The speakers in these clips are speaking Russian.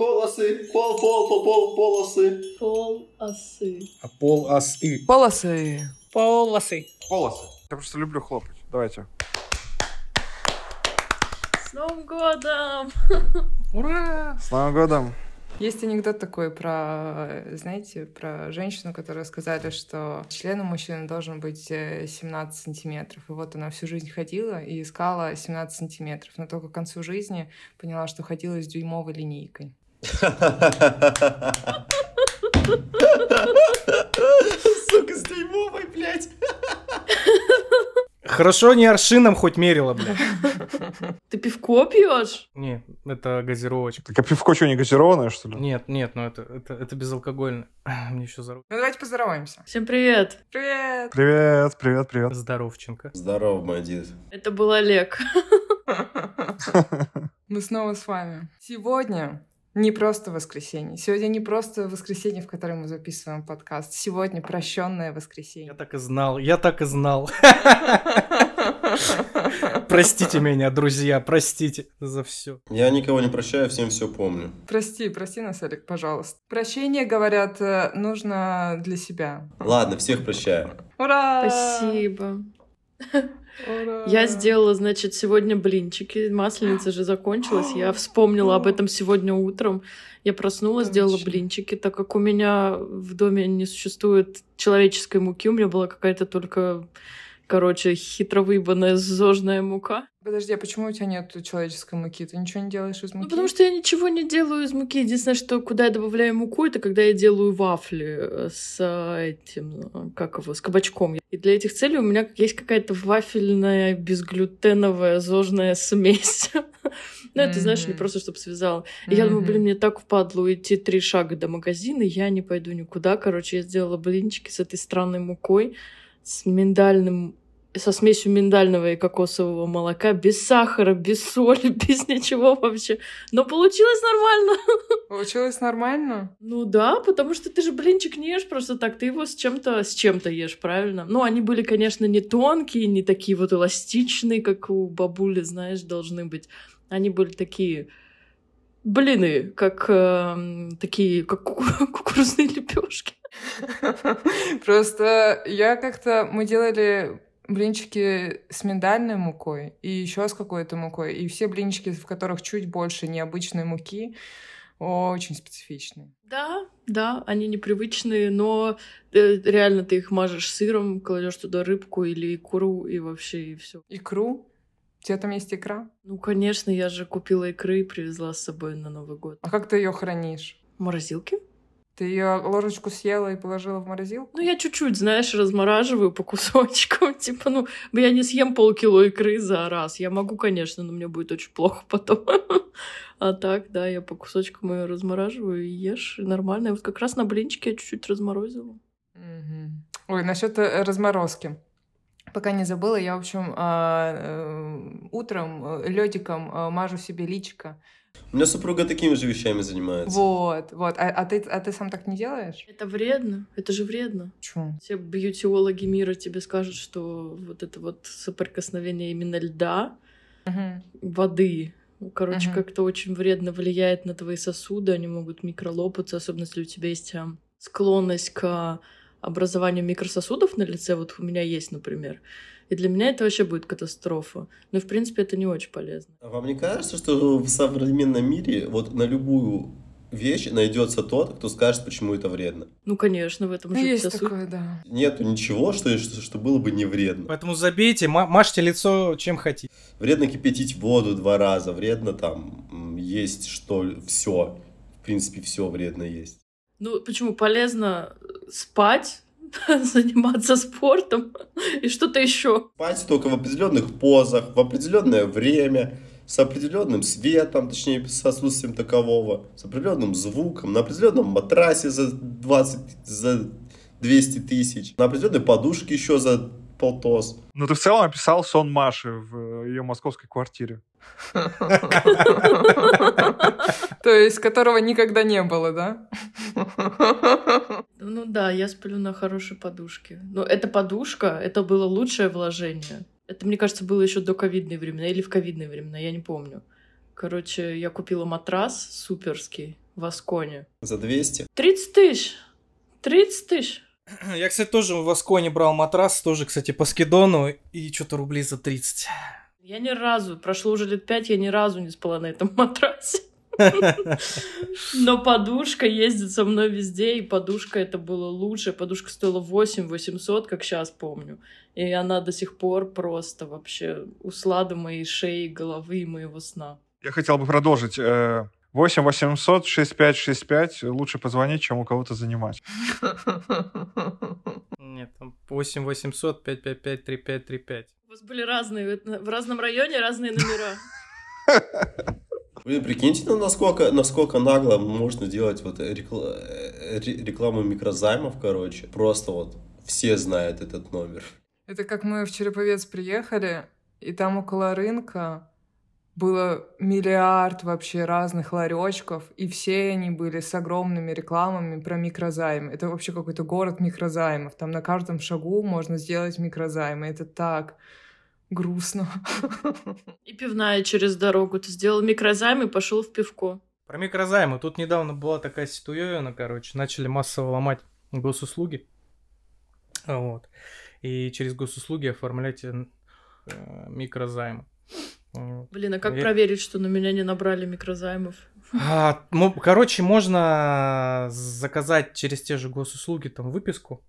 Полосы, полосы. Полосы. Полосы. Полосы. Полосы. Полосы. Я просто люблю хлопать. Давайте. С Новым годом! Ура! С Новым годом! Есть анекдот такой про, знаете, про женщину, которая сказали, что член у мужчины должен быть 17 сантиметров. И вот она всю жизнь ходила и искала 17 сантиметров. Но только к концу жизни поняла, что ходила с дюймовой линейкой. Сука, с дюймовой, блядь. Хорошо, не аршином хоть мерила, блядь. Ты пивко пьешь? Нет, это газировочка. Так а пивко что, не газированное, что ли? Нет, ну это безалкогольно. Мне еще за... Ну давайте поздороваемся. Всем привет! Привет! Привет. Здоровченко. Здорово, мой дед. Это был Олег. Мы снова с вами. Сегодня не просто воскресенье. Сегодня не просто воскресенье, в котором мы записываем подкаст. Сегодня прощенное воскресенье. Я так и знал. Простите меня, друзья, простите за все. Я никого не прощаю, всем все помню. Прости нас, Олег, пожалуйста. Прощение, говорят, нужно для себя. Ладно, всех прощаю. Ура! Спасибо. Ура! Я сделала, значит, сегодня блинчики. Масленица же закончилась. Я вспомнила об этом сегодня утром. Я проснулась, сделала блинчики. Так как у меня в доме не существует человеческой муки, у меня была какая-то только, хитро выебанная зожная мука. Подожди, а почему у тебя нет человеческой муки? Ты ничего не делаешь из муки? Ну, потому что я ничего не делаю из муки. Единственное, что куда я добавляю муку, это когда я делаю вафли с этим, с кабачком. И для этих целей у меня есть какая-то вафельная, безглютеновая, зожная смесь. Ну, это, знаешь, не просто, чтобы связала. И я думаю, мне так впадло идти 3 шага до магазина, я не пойду никуда. Я сделала блинчики с этой странной мукой, со смесью миндального и кокосового молока, без сахара, без соли, без ничего вообще. Но получилось нормально. Получилось нормально? Ну да, потому что ты же блинчик не ешь просто так, ты его с чем-то ешь, правильно? Ну, они были, конечно, не тонкие, не такие вот эластичные, как у бабули, знаешь, должны быть. Они были такие блины, как кукурузные лепешки. Просто мы делали блинчики с миндальной мукой и еще с какой-то мукой. И все блинчики, в которых чуть больше необычной муки, очень специфичные. Да, они непривычные, но реально ты их мажешь сыром, кладешь туда рыбку или икру и вообще и все. Икру? У тебя там есть икра? Ну, конечно, я же купила икры и привезла с собой на Новый год. А как ты ее хранишь? В морозилке? Ты ее ложечку съела и положила в морозилку? Ну, я чуть-чуть, знаешь, размораживаю по кусочкам. Я не съем полкило икры за раз. Я могу, конечно, но мне будет очень плохо потом. А так, да, я по кусочкам ее размораживаю и ешь. И нормально. И вот как раз на блинчике я чуть-чуть разморозила. Ой, насчет разморозки. Пока не забыла, я, в общем, утром лёдиком мажу себе личико. У меня супруга такими же вещами занимается. Вот. А ты сам так не делаешь? Это вредно. Это же вредно. Чё? Все бьютиологи мира тебе скажут, что вот это вот соприкосновение именно льда, воды, как-то очень вредно влияет на твои сосуды. Они могут микролопаться, особенно если у тебя есть склонность к образованию микрососудов на лице. Вот у меня есть, например. И для меня это вообще будет катастрофа. Но, в принципе, это не очень полезно. А вам не кажется, что в современном мире вот на любую вещь найдется тот, кто скажет, почему это вредно? Ну, конечно, в этом же есть вся такое, суть. да. Нету ничего, что было бы не вредно. Поэтому забейте, мажьте лицо чем хотите. Вредно кипятить воду 2 раза, вредно там есть все. В принципе, все вредно есть. Ну, почему? Полезно спать, заниматься спортом и что-то еще. Спать только в определенных позах, в определенное время, с определенным светом, точнее, с отсутствием такового, с определенным звуком, на определенном матрасе за 200 тысяч, на определенной подушке еще за полтос. Ну, ты в целом описал сон Маши в ее московской квартире. То есть, которого никогда не было, да? Ну да, я сплю на хорошей подушке. Но эта подушка, это было лучшее вложение. Это, мне кажется, было еще до ковидные времена или в ковидные времена, я не помню. Короче, я купила матрас суперский. в Асконе? За 200? 30 тысяч! 30 тысяч! Я, кстати, тоже в Асконе брал матрас, тоже, кстати, по скидону, и что-то рублей за 30. Я ни разу, прошло уже лет 5, я ни разу не спала на этом матрасе. Но подушка ездит со мной везде, и подушка это было лучше. Подушка стоила 800, как сейчас помню. И она до сих пор просто вообще услада моей шеи, головы и моего сна. Я хотел бы продолжить. 8 800 6565 лучше позвонить, чем у кого-то занимать. Нет, там 8 800 555 3535. У вас были разные, в разном районе разные номера. Вы прикиньте, насколько нагло можно делать вот рекламу микрозаймов, короче. Просто вот все знают этот номер. Это как мы в Череповец приехали, и там около рынка было миллиард вообще разных ларечков, и все они были с огромными рекламами про микрозаймы. Это вообще какой-то город микрозаймов. Там на каждом шагу можно сделать микрозаймы. Это так грустно. И пивная через дорогу. Ты сделал микрозайм и пошел в пивко. Про микрозаймы. Тут недавно была такая ситуация, короче, начали массово ломать госуслуги. Вот. И через госуслуги оформлять микрозаймы. Блин, а как проверить, что на меня не набрали микрозаймов? Короче, можно заказать через те же госуслуги там выписку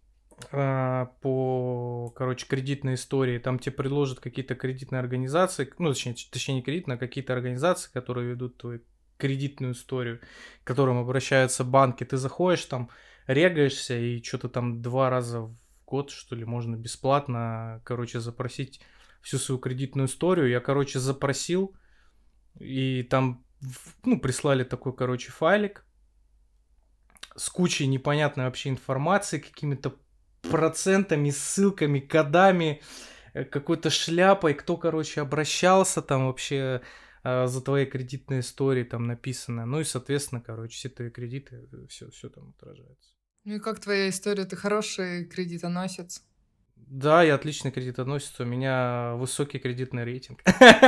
по, короче, кредитной истории. Там тебе предложат какие-то кредитные организации, ну, точнее не кредитные, а какие-то организации, которые ведут твою кредитную историю, к которым обращаются банки. Ты заходишь там, регаешься, и что-то там 2 раза в год, что ли, можно бесплатно, короче, запросить всю свою кредитную историю. Я, короче, запросил, и там, ну, прислали такой, короче, файлик с кучей непонятной вообще информации, какими-то процентами, ссылками, кодами, какой-то шляпой, кто, короче, обращался там вообще за твоей кредитной историей там написано. Ну и, соответственно, короче, все твои кредиты, все там отражается. Ну и как твоя история? Ты хороший кредитоносец? Да, я отличный кредитоносец, у меня высокий кредитный рейтинг.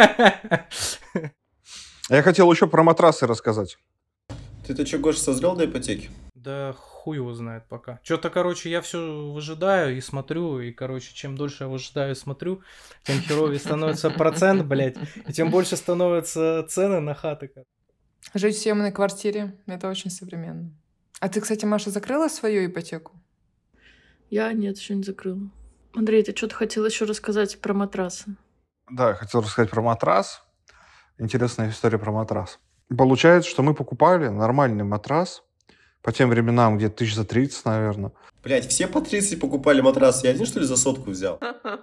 Я хотел еще про матрасы рассказать. Ты-то что, Гоша, созрел до ипотеки? Да хуй его знает пока. Что-то, короче, я все выжидаю и смотрю, и, короче, чем дольше я выжидаю и смотрю, тем херовее становится процент, блядь, и тем больше становятся цены на хаты. Жить в съемной квартире — это очень современно. А ты, кстати, Маша, закрыла свою ипотеку? Я нет, еще не закрыла. Андрей, ты что-то хотел еще рассказать про матрасы? Да, я хотел рассказать про матрас. Интересная история про матрас. Получается, что мы покупали нормальный матрас по тем временам, где 30 за 30, наверное. Блять, все по 30 покупали матрас. Я один, что ли, за 100 взял?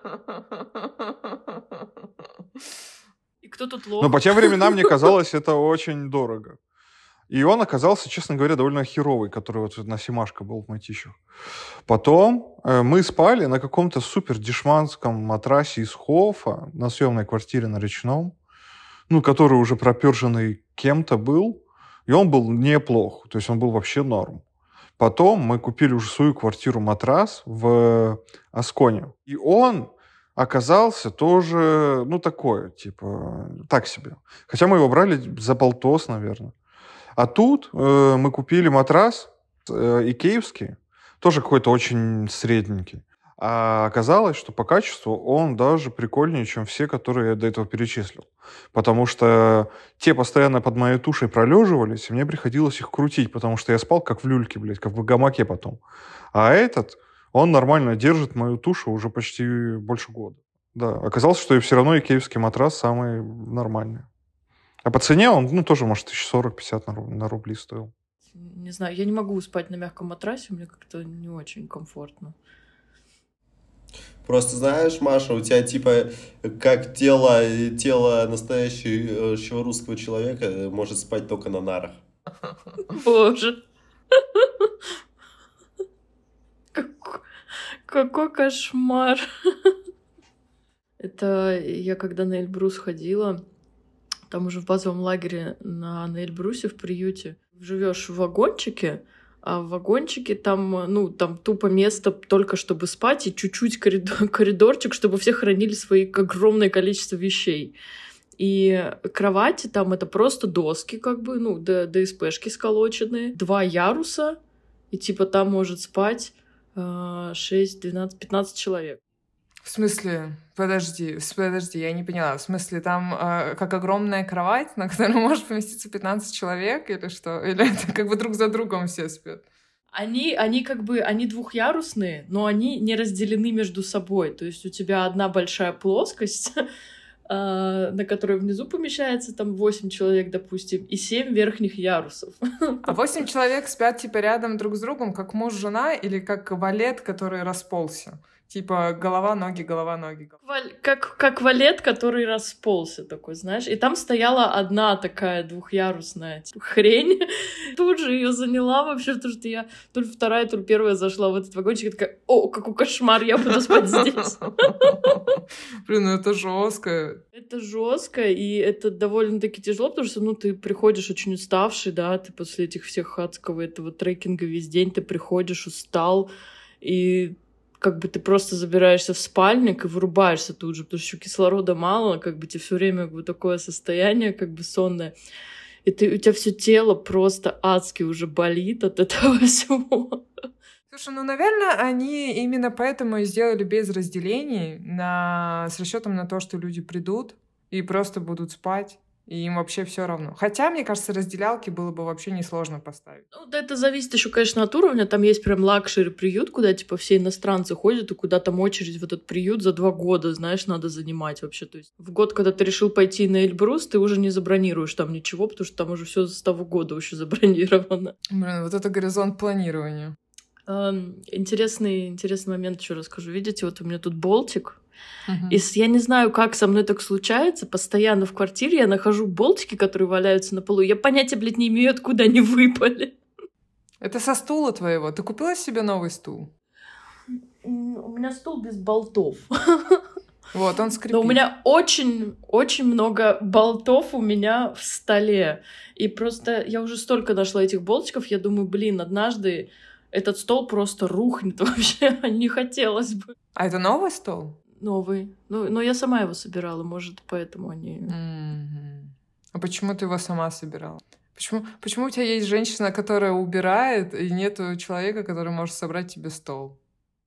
И кто тут лох? Но по тем временам мне казалось это очень дорого. И он оказался, честно говоря, довольно херовый, который вот на Симашко был в Мытищах. Потом мы спали на каком-то супер дешманском матрасе из Хофа на съемной квартире на Речном, ну, который уже проперженный кем-то был, и он был неплох, то есть он был вообще норм. Потом мы купили уже свою квартиру-матрас в Асконе, и он оказался тоже, ну, такое, типа, так себе. Хотя мы его брали за полтос, наверное. А тут мы купили матрас икеевский, тоже какой-то очень средненький. А оказалось, что по качеству он даже прикольнее, чем все, которые я до этого перечислил. Потому что те постоянно под моей тушей пролеживались, и мне приходилось их крутить, потому что я спал как в люльке, блядь, как в гамаке потом. А этот, он нормально держит мою тушу уже почти больше года. Да, оказалось, что и все равно икеевский матрас самый нормальный. А по цене он, ну, тоже, может, 40-50 на рубли стоил. Не знаю, я не могу спать на мягком матрасе, мне как-то не очень комфортно. Просто знаешь, Маша, у тебя типа как тело настоящего русского человека может спать только на нарах. Боже. Какой кошмар. Это я когда на Эльбрус ходила, там уже в базовом лагере на Эльбрусе в приюте живешь в вагончике, а в вагончике там, ну, там тупо место только чтобы спать и чуть-чуть коридорчик, чтобы все хранили свои огромное количество вещей. И кровати там это просто доски, как бы, ну, ДСПшки сколоченные, 2 яруса, и типа там может спать 6, 12, 15 человек. В смысле? Подожди, я не поняла. В смысле, там как огромная кровать, на которой может поместиться 15 человек, или что? Или это как бы друг за другом все спят? Они как бы, они двухъярусные, но они не разделены между собой. То есть у тебя одна большая плоскость, на которой внизу помещается там 8 человек, допустим, и 7 верхних ярусов. А 8 человек спят типа рядом друг с другом, как муж-жена, или как валет, который расползся? Типа голова, ноги, голова, ноги. Как валет, который расползся такой, знаешь. И там стояла одна такая двухъярусная хрень. Тут же ее заняла вообще, потому что я то ли вторая, то ли первая зашла в этот вагончик и такая: о, какой кошмар, я буду спать здесь. Блин, ну это жестко. Это жестко, и это довольно-таки тяжело, потому что, ну, ты приходишь очень уставший, да, ты после этих всех адского этого трекинга весь день, ты приходишь устал, и как бы ты просто забираешься в спальник и вырубаешься тут же, потому что еще кислорода мало, как бы тебе все время как бы такое состояние как бы сонное. И у тебя все тело просто адски уже болит от этого всего. Слушай, ну, наверное, они именно поэтому и сделали без разделений, с расчетом на то, что люди придут и просто будут спать, и им вообще все равно. Хотя, мне кажется, разделялки было бы вообще несложно поставить. Ну, да, это зависит еще, конечно, от уровня. Там есть прям лакшери-приют, куда, типа, все иностранцы ходят, и куда там очередь в этот приют за 2 года, знаешь, надо занимать вообще. То есть в год, когда ты решил пойти на Эльбрус, ты уже не забронируешь там ничего, потому что там уже все с того года еще забронировано. Блин, вот это горизонт планирования. Интересный момент еще расскажу. Видите, вот у меня тут болтик. И я не знаю, как со мной так случается. Постоянно в квартире я нахожу болтики, которые валяются на полу. Я понятия, блядь, не имею, откуда они выпали. Это со стула твоего. Ты купила себе новый стул? У меня стул без болтов. Вот, он скрипит. Но у меня очень много болтов у меня в столе. И просто я уже столько нашла этих болтиков, я думаю, блин, однажды этот стол просто рухнет вообще. Не хотелось бы. А это новый стол? Новый. Ну, но я сама его собирала, может, поэтому они... А почему ты его сама собирала? Почему у тебя есть женщина, которая убирает, и нету человека, который может собрать тебе стол?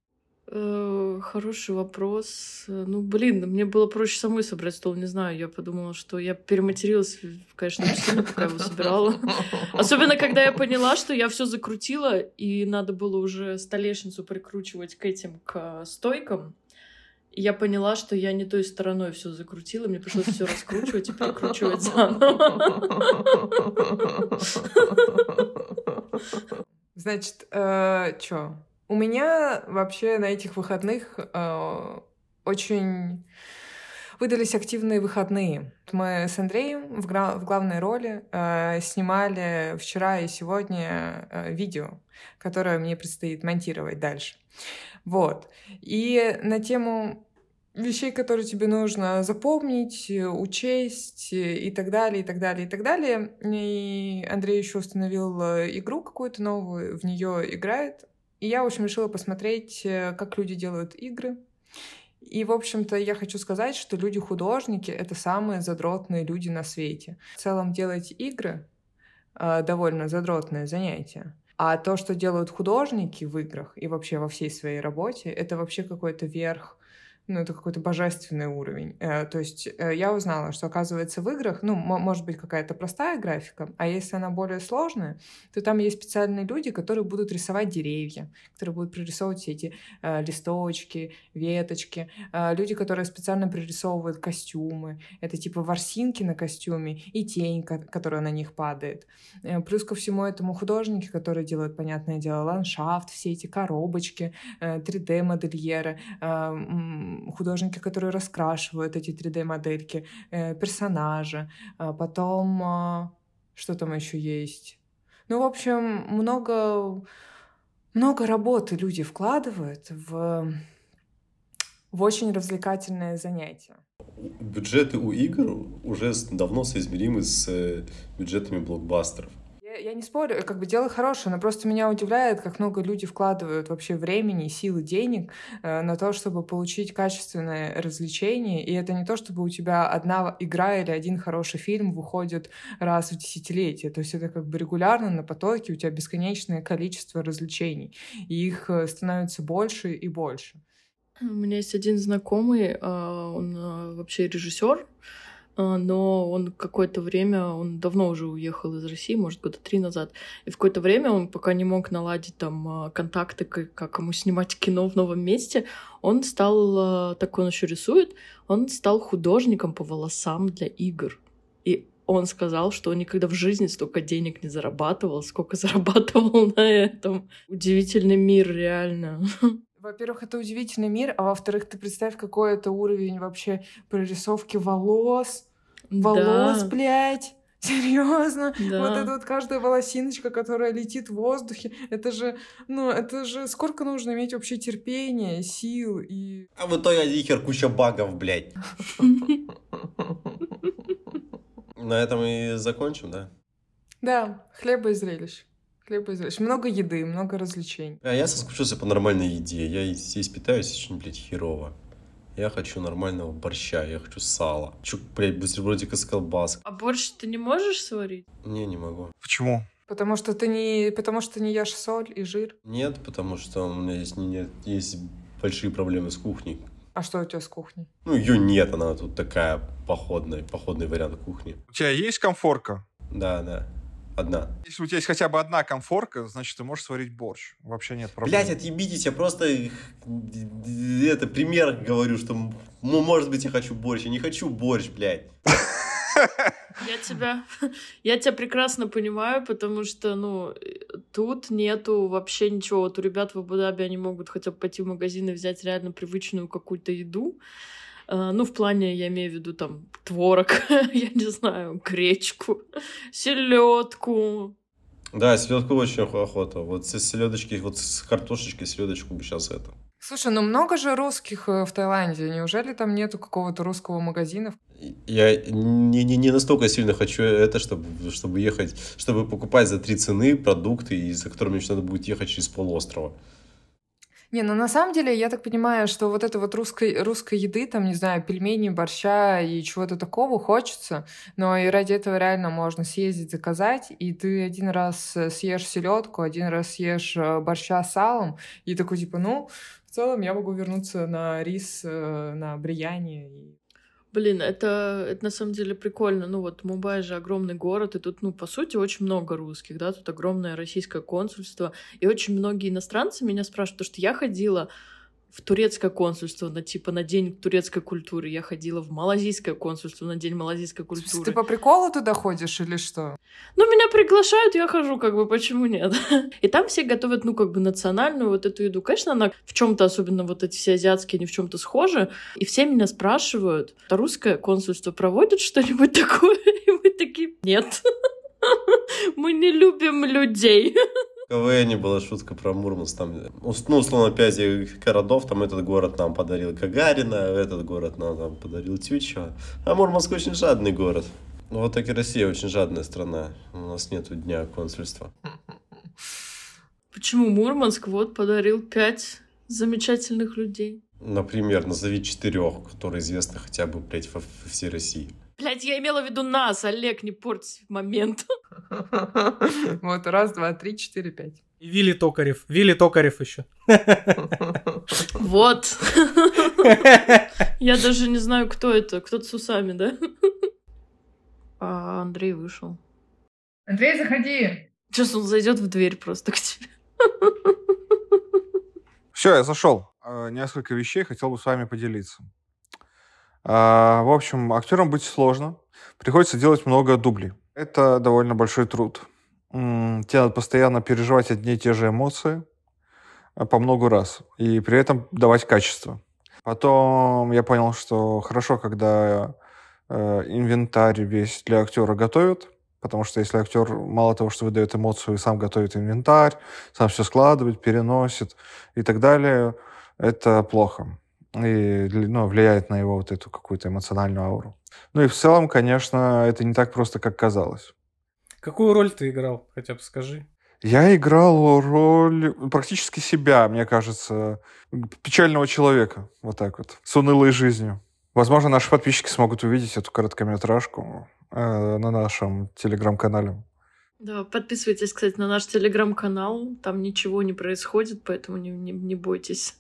Хороший вопрос. Ну, блин, мне было проще самой собрать стол, не знаю. Я подумала, что я перематерилась, конечно, очень сильно, пока его собирала. Особенно, когда я поняла, что я все закрутила, и надо было уже столешницу прикручивать к стойкам. И я поняла, что я не той стороной все закрутила, мне пришлось все раскручивать и перекручивать заново. Значит, чё? У меня вообще на этих выходных очень выдались активные выходные. Мы с Андреем в главной роли снимали вчера и сегодня видео, которое мне предстоит монтировать дальше. Вот. И на тему вещей, которые тебе нужно запомнить, учесть и так далее, и так далее, и так далее. И Андрей еще установил игру какую-то новую, в нее играет. И я, в общем, решила посмотреть, как люди делают игры. И, в общем-то, я хочу сказать, что люди-художники — это самые задротные люди на свете. В целом, делать игры — довольно задротное занятие. А то, что делают художники в играх и вообще во всей своей работе, это вообще какой-то верх, ну, это какой-то божественный уровень. То есть я узнала, что, оказывается, в играх, ну, может быть, какая-то простая графика, а если она более сложная, то там есть специальные люди, которые будут рисовать деревья, которые будут прорисовывать все эти листочки, веточки, люди, которые специально прорисовывают костюмы. Это типа ворсинки на костюме и тень, которая на них падает. Плюс ко всему этому художники, которые делают, понятное дело, ландшафт, все эти коробочки, 3D-модельеры, художники, которые раскрашивают эти 3D-модельки, персонажа, потом что там еще есть? Ну, в общем, много работы люди вкладывают в очень развлекательное занятие. Бюджеты у игр уже давно соизмеримы с бюджетами блокбастеров. Я не спорю, как бы дело хорошее, но просто меня удивляет, как много люди вкладывают вообще времени, силы, денег на то, чтобы получить качественное развлечение. И это не то, чтобы у тебя одна игра или один хороший фильм выходит раз в десятилетие. То есть это как бы регулярно на потоке, у тебя бесконечное количество развлечений. И их становится больше и больше. У меня есть один знакомый, он вообще режиссер, но он какое-то время, он давно уже уехал из России, может, 3 года назад, и в какое-то время он пока не мог наладить там контакты, как ему снимать кино в новом месте, он стал, так он еще рисует, он стал художником по волосам для игр. И он сказал, что он никогда в жизни столько денег не зарабатывал, сколько зарабатывал на этом. Удивительный мир, реально. Во-первых, это удивительный мир, а во-вторых, ты представь, какой это уровень вообще прорисовки волос. Волос, Да. блядь. Серьезно? Да. Вот эта вот каждая волосиночка, которая летит в воздухе, это же сколько нужно иметь вообще терпения, сил и... А в итоге хер куча багов, блядь. На этом и закончим, да? Да, хлеба и зрелищ. Хлеба и зрелищ. Много еды, много развлечений. А я соскучился по нормальной еде. Я здесь питаюсь очень, блядь, херово. Я хочу нормального борща, я хочу сала. Хочу, блядь, бутербродик из колбас. А борщ ты не можешь сварить? Не могу. Почему? Потому что ты не ешь соль и жир. Нет, потому что у меня есть большие проблемы с кухней. А что у тебя с кухней? Ну, ее нет, она тут такая походный вариант кухни. У тебя есть комфорка? Да, одна. Если у тебя есть хотя бы одна комфорка, значит, ты можешь сварить борщ. Вообще нет проблем. Блять, отъебитесь, я просто пример говорю, что, может быть, я хочу борщ. Я не хочу борщ, блядь. Я тебя прекрасно понимаю, потому что, тут нету вообще ничего. Вот у ребят в Абу-Даби они могут хотя бы пойти в магазин и взять реально привычную какую-то еду. В плане, я имею в виду, там, творог, я не знаю, гречку, селедку. Да, селедку очень охота. Вот с селедочки, вот с картошечкой селедочку бы сейчас это. Слушай, много же русских в Таиланде. Неужели там нету какого-то русского магазина? Я не настолько сильно хочу это, чтобы ехать, чтобы покупать за 3 цены продукты, и за которыми еще надо будет ехать через полуострова. На самом деле, я так понимаю, что вот этой вот русской еды, там, не знаю, пельмени, борща и чего-то такого хочется, но и ради этого реально можно съездить, заказать, и ты один раз съешь селедку, один раз съешь борща с салом, и такой, типа, в целом я могу вернуться на рис, на бриани. Блин, это на самом деле прикольно. Вот Мумбай же огромный город, и тут, по сути, очень много русских, да, тут огромное российское консульство, и очень многие иностранцы меня спрашивают, потому что я ходила в турецкое консульство на день турецкой культуры, я ходила в малазийское консульство на день малазийской культуры. Ты по приколу туда ходишь или что? Меня приглашают, я хожу, почему нет? И там все готовят, национальную вот эту еду. Конечно, она в чем-то, особенно вот эти все азиатские, они в чем-то схожи. И все меня спрашивают, а русское консульство проводит что-нибудь такое? И мы такие, нет. Мы не любим людей. В КВН была шутка про Мурманск. Там, условно, 5 городов. Там этот город нам подарил Гагарина, этот город нам подарил Тютчева. А Мурманск очень жадный город. Вот так и Россия очень жадная страна. У нас нету дня консульства. Почему Мурманск подарил 5 замечательных людей? Например, назови 4, которые известны хотя бы, блядь, во всей России. Блядь, я имела в виду нас, Олег, не порть момент. Вот, 1, 2, 3, 4, 5. И Вилли Токарев еще. Вот. Я даже не знаю, кто это. Кто-то с усами, да? А Андрей вышел. Андрей, заходи. Сейчас он зайдет в дверь просто к тебе. Все, я зашел. Несколько вещей хотел бы с вами поделиться. В общем, актерам быть сложно. Приходится делать много дублей. Это довольно большой труд. Тебе надо постоянно переживать одни и те же эмоции по много раз. И при этом давать качество. Потом я понял, что хорошо, когда инвентарь весь для актера готовят. Потому что если актер мало того, что выдает эмоцию, и сам готовит инвентарь, сам все складывает, переносит и так далее, это плохо. И влияет на его вот эту какую-то эмоциональную ауру. И в целом, конечно, это не так просто, как казалось. Какую роль ты играл? Хотя бы скажи. Я играл роль практически себя, мне кажется, печального человека, вот так вот, с унылой жизнью. Возможно, наши подписчики смогут увидеть эту короткометражку на нашем телеграм-канале. Да, подписывайтесь, кстати, на наш телеграм-канал. Там ничего не происходит, поэтому не бойтесь.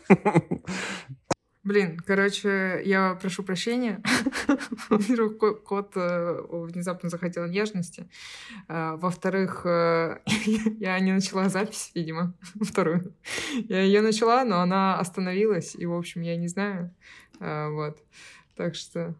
Блин, короче, я прошу прощения. Во-первых, кот внезапно захотел нежности. Во-вторых, я не начала запись, видимо, вторую. Я ее начала, но она остановилась, и, в общем, я не знаю. Вот. Так что...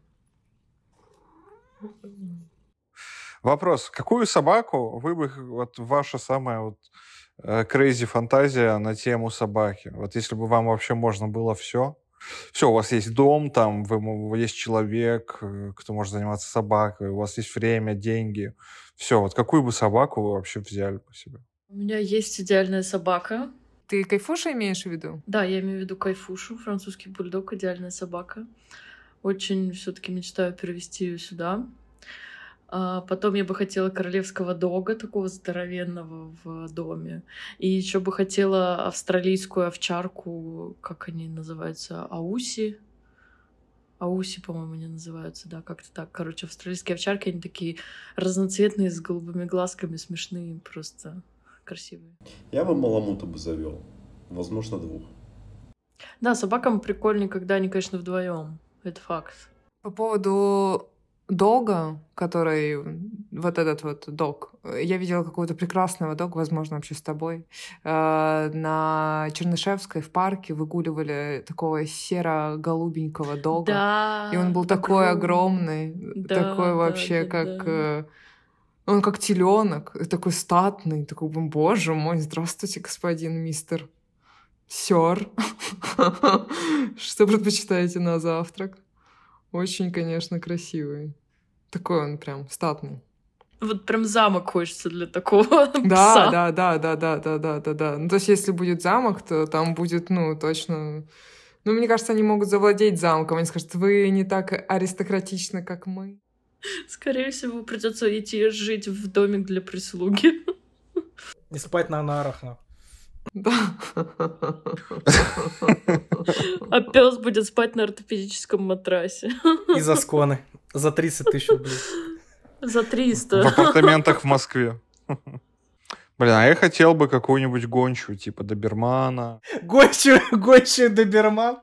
Вопрос. Какую собаку вы бы... Вот ваша самая вот crazy фантазия на тему собаки? Вот если бы вам вообще можно было все... Все, у вас есть дом, там есть человек, кто может заниматься собакой, у вас есть время, деньги. Все, вот какую бы собаку вы вообще взяли по себе? У меня есть идеальная собака. Ты кайфуша имеешь в виду? Да, я имею в виду кайфушу, французский бульдог, идеальная собака. Очень все-таки мечтаю перевести ее сюда. Потом я бы хотела королевского дога, такого здоровенного в доме. И еще бы хотела австралийскую овчарку, как они называются, ауси. Ауси, по-моему, они называются, да, как-то так. Короче, австралийские овчарки, они такие разноцветные, с голубыми глазками, смешные, просто красивые. Я бы маламута бы завел. Возможно, 2. Да, собакам прикольнее, когда они, конечно, вдвоем. Это факт. По поводу дога, который... Вот этот вот дог. Я видела какого-то прекрасного дога, возможно, вообще с тобой. На Чернышевской в парке выгуливали такого серо-голубенького дога. Да. И он был такой огромный. Такой вообще, как... Он как теленок, такой статный. Такой, боже мой, здравствуйте, господин мистер сёр. Что предпочитаете на завтрак? Очень, конечно, красивый. Такой он прям статный. Вот прям замок хочется для такого Да, пса. да. Ну, то есть, если будет замок, то там будет, точно... Ну, мне кажется, они могут завладеть замком. Они скажут, вы не так аристократичны, как мы. Скорее всего, придется идти жить в домик для прислуги. Не спать на нарах. Да. А пес будет спать на ортопедическом матрасе. И за сконы. За 30 тысяч рублей. За 300. В апартаментах в Москве. Блин, а я хотел бы какую-нибудь гончую, типа добермана. Гончую доберман?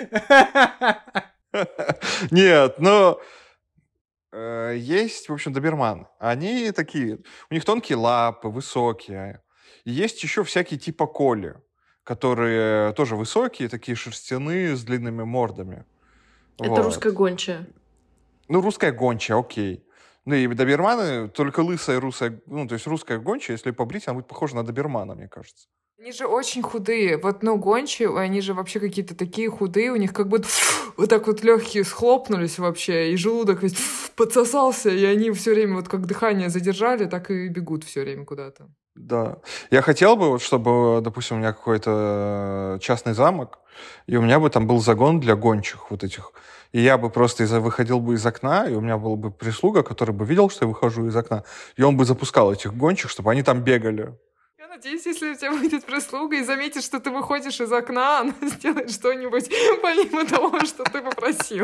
Нет, есть, в общем, доберманы. Они такие, у них тонкие лапы, высокие. И есть еще всякие типа коли, которые тоже высокие, такие шерстяные, с длинными мордами. Это русская гончая. Ну, русская гончая, окей. Ну, и доберманы, только лысая русская, то есть русская гончая, если побрить, она будет похожа на добермана, мне кажется. Они же очень худые. Вот, гончие, они же вообще какие-то такие худые, у них как будто вот так вот легкие схлопнулись вообще, и желудок весь подсосался, и они все время вот как дыхание задержали, так и бегут все время куда-то. Да. Я хотел бы, вот, чтобы, допустим, у меня какой-то частный замок, и у меня бы там был загон для гончих вот этих. И я бы просто выходил бы из окна, и у меня была бы прислуга, который бы видел, что я выхожу из окна, и он бы запускал этих гончих, чтобы они там бегали. Я надеюсь, если у тебя будет прислуга и заметит, что ты выходишь из окна, она сделает что-нибудь помимо того, что ты попросил.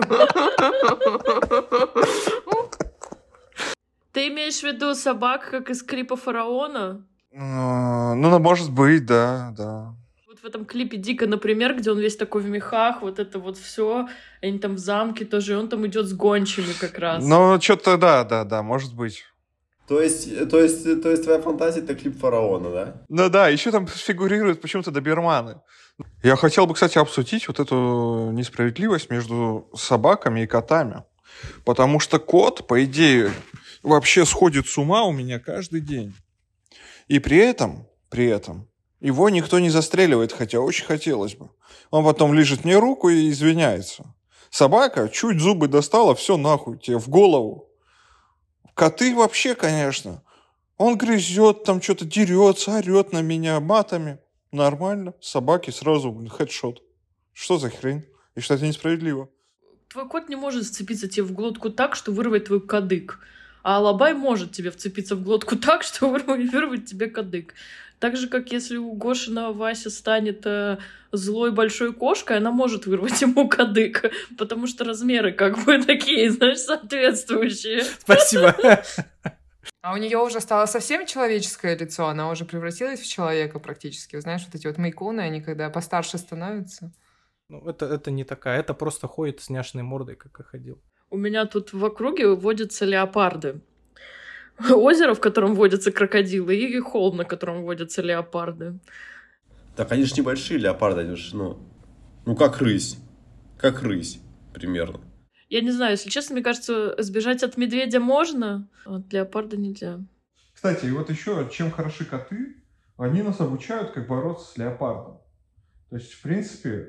Ты имеешь в виду собак, как из клипа «Фараона»? Может быть, да. Вот в этом клипе Дика, например, где он весь такой в мехах, вот это вот все, они там в замке тоже, и он там идет с гончими как раз. Что-то, да, может быть. То есть твоя фантазия — это клип «Фараона», да? Ну да, еще там фигурируют почему-то доберманы. Я хотел бы, кстати, обсудить вот эту несправедливость между собаками и котами. Потому что кот, по идее, вообще сходит с ума у меня каждый день. И при этом его никто не застреливает, хотя очень хотелось бы. Он потом лижет мне руку и извиняется. Собака чуть зубы достала, все нахуй тебе в голову. Коты вообще, конечно. Он грызет, там что-то дерется, орет на меня матами. Нормально. Собаки сразу хедшот. Что за хрень? И что это несправедливо. Твой кот не может сцепиться тебе в глотку так, что вырвать твой кадык. А алабай может тебе вцепиться в глотку так, что вырвать тебе кадык. Так же, как если у Гошина Вася станет злой большой кошкой, она может вырвать ему кадык, потому что размеры как бы такие, знаешь, соответствующие. Спасибо. А у нее уже стало совсем человеческое лицо, она уже превратилась в человека практически. Знаешь, вот эти вот мейкуны, они когда постарше становятся. Ну, это не такая, это просто ходит с няшной мордой, как и ходил. У меня тут в округе водятся леопарды. Озеро, в котором водятся крокодилы, и холм, на котором водятся леопарды. Так они же небольшие леопарды, они же, ну как рысь. Как рысь, примерно. Я не знаю, если честно, мне кажется, сбежать от медведя можно, а от леопарда нельзя. Кстати, и вот еще, чем хороши коты, они нас обучают, как бороться с леопардом. То есть, в принципе,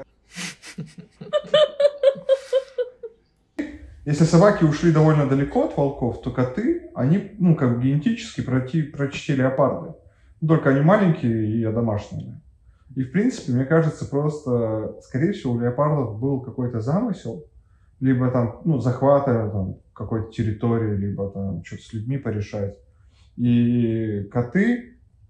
если собаки ушли довольно далеко от волков, то коты, они, как бы генетически прочти леопарды. Только они маленькие и одомашненные. И, в принципе, мне кажется, просто, скорее всего, у леопардов был какой-то замысел, либо там, захвата там, какой-то территории, либо там что-то с людьми порешать. И коты,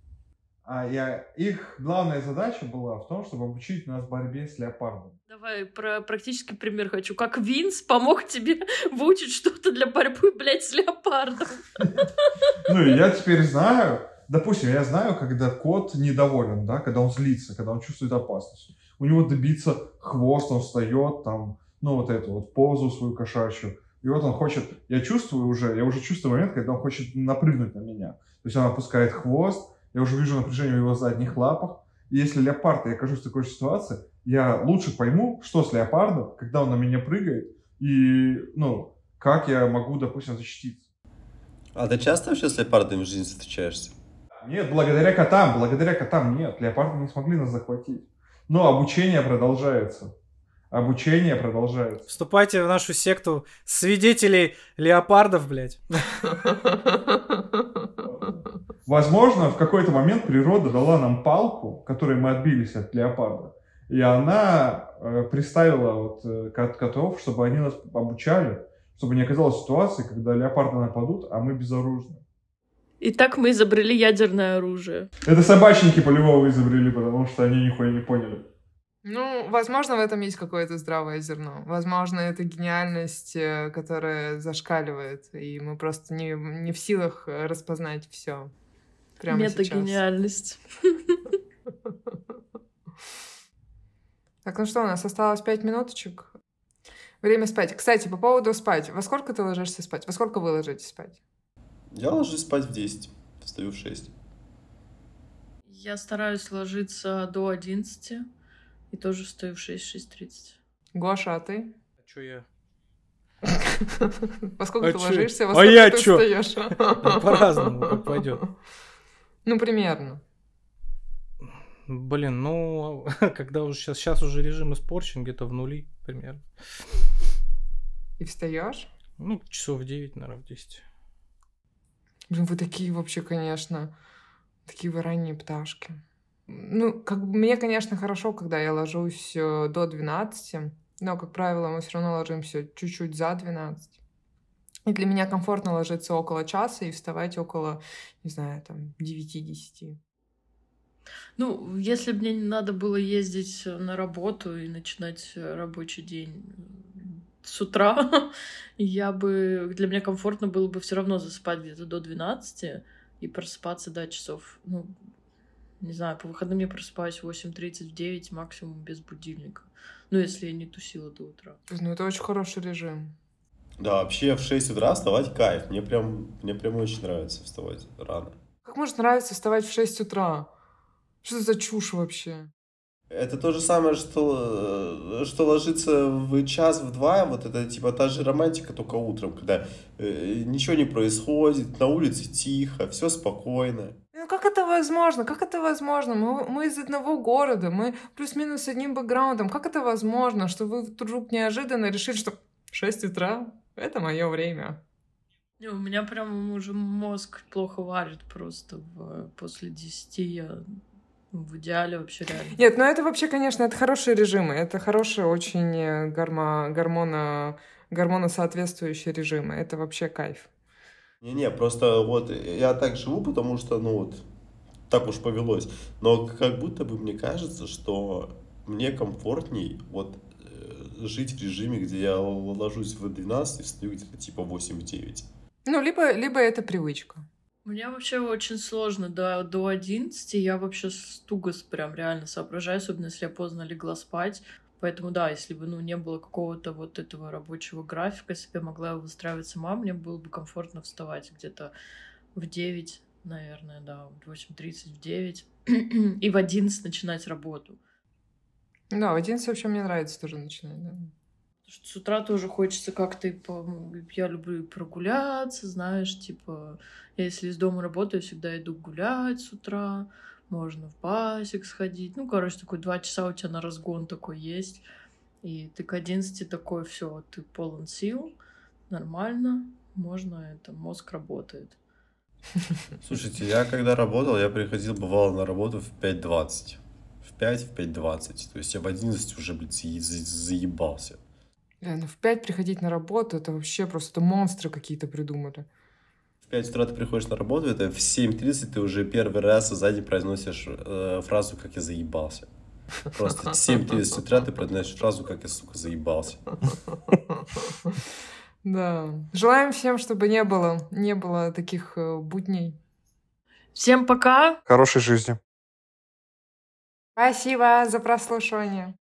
их главная задача была в том, чтобы обучить нас борьбе с леопардом. Давай про практический пример хочу. Как Винс помог тебе выучить что-то для борьбы, блядь, с леопардом. Ну, и я теперь знаю, допустим, я знаю, когда кот недоволен, да, когда он злится, когда он чувствует опасность. У него добиться хвост, он встает, там, вот эту вот позу свою кошачью. И вот он хочет, я уже чувствую момент, когда он хочет напрыгнуть на меня. То есть он опускает хвост, я уже вижу напряжение в его задних лапах. И если леопард, я окажусь в такой ситуации, я лучше пойму, что с леопардом, когда он на меня прыгает, и, как я могу, допустим, защититься. А ты часто вообще с леопардами в жизни встречаешься? Нет, благодаря котам нет. Леопарды не смогли нас захватить. Но обучение продолжается. Вступайте в нашу секту свидетелей леопардов, блядь. Возможно, в какой-то момент природа дала нам палку, которой мы отбились от леопарда. И она приставила котов, чтобы они нас обучали, чтобы не оказалось ситуации, когда леопарды нападут, а мы безоружны. И так мы изобрели ядерное оружие. Это собачники полевого изобрели, потому что они нихуя не поняли. Возможно, в этом есть какое-то здравое зерно. Возможно, это гениальность, которая зашкаливает, и мы просто не в силах распознать все прямо сейчас. Метагениальность. Так, ну что, у нас осталось 5 минуточек. Время спать. Кстати, по поводу спать. Во сколько ты ложишься спать? Во сколько вы ложитесь спать? Я ложусь спать в 10, встаю в 6. Я стараюсь ложиться до 11 и тоже встаю в 6:30. Гоша, а ты? А чё я? Во сколько ты ложишься, во сколько ты встаешь? По-разному, как пойдет. Примерно. Блин, когда уже сейчас уже режим испорчен, где-то в нули примерно. И встаешь? Часов в 9, наверное, в 10. Блин, вы такие вообще, конечно, такие вы ранние пташки. Мне, конечно, хорошо, когда я ложусь до 12, но, как правило, мы все равно ложимся чуть-чуть за 12. И для меня комфортно ложиться около часа и вставать около, не знаю, там, 9-10. Если бы мне не надо было ездить на работу и начинать рабочий день с утра, для меня комфортно было бы все равно засыпать где-то до 12 и просыпаться до часов. Не знаю, по выходным я просыпаюсь в 8:30, в 9 максимум без будильника. Если я не тусила до утра. Это очень хороший режим. Да, вообще в 6 утра вставать кайф. Мне прям очень нравится вставать рано. Как может нравиться вставать в 6 утра? Что это за чушь вообще? Это то же самое, что ложиться в час, в 2, вот это типа та же романтика, только утром, когда ничего не происходит, на улице тихо, все спокойно. Как это возможно? Как это возможно? Мы из одного города, мы плюс-минус с одним бэкграундом. Как это возможно, что вы вдруг неожиданно решили, что 6 утра — это мое время? У меня прям уже мозг плохо варит просто после 10 я в идеале вообще реально. Нет, это вообще, конечно, это хорошие режимы. Это хорошие очень гормоносоответствующие режимы. Это вообще кайф. Не-не, просто вот я так живу, потому что, ну вот, так уж повелось. Но как будто бы мне кажется, что мне комфортней вот жить в режиме, где я ложусь в 12 и встаю где-то типа 8-9. Ну, либо это привычка. Мне вообще очень сложно до 11. Я вообще туго прям реально соображаю, особенно если я поздно легла спать. Поэтому да, если бы не было какого-то вот этого рабочего графика, если бы я могла его выстраивать сама, мне было бы комфортно вставать где-то в 9, наверное, да, в 8:30, в 9, и в 11 начинать работу. Да, в 11 вообще мне нравится тоже начинать, да. Потому что с утра тоже хочется как-то... Я люблю и прогуляться, знаешь, типа... Я если из дома работаю, всегда иду гулять с утра. Можно в басик сходить. Ну, короче, такой 2 часа у тебя на разгон такой есть. И ты к 11 такой, все, ты полон сил, нормально, можно, мозг работает. Слушайте, я когда работал, я приходил, бывало, на работу в 5:20. В 5:20. То есть я в 11 уже, блядь, заебался. Ну в 5 приходить на работу, это вообще просто монстры какие-то придумали. В 5 утра ты приходишь на работу, это в 7:30 ты уже первый раз сзади произносишь фразу «как я заебался». Просто в 7:30 утра ты произносишь фразу «как я, сука, заебался». Да. Желаем всем, чтобы не было таких будней. Всем пока! Хорошей жизни. Спасибо за прослушивание.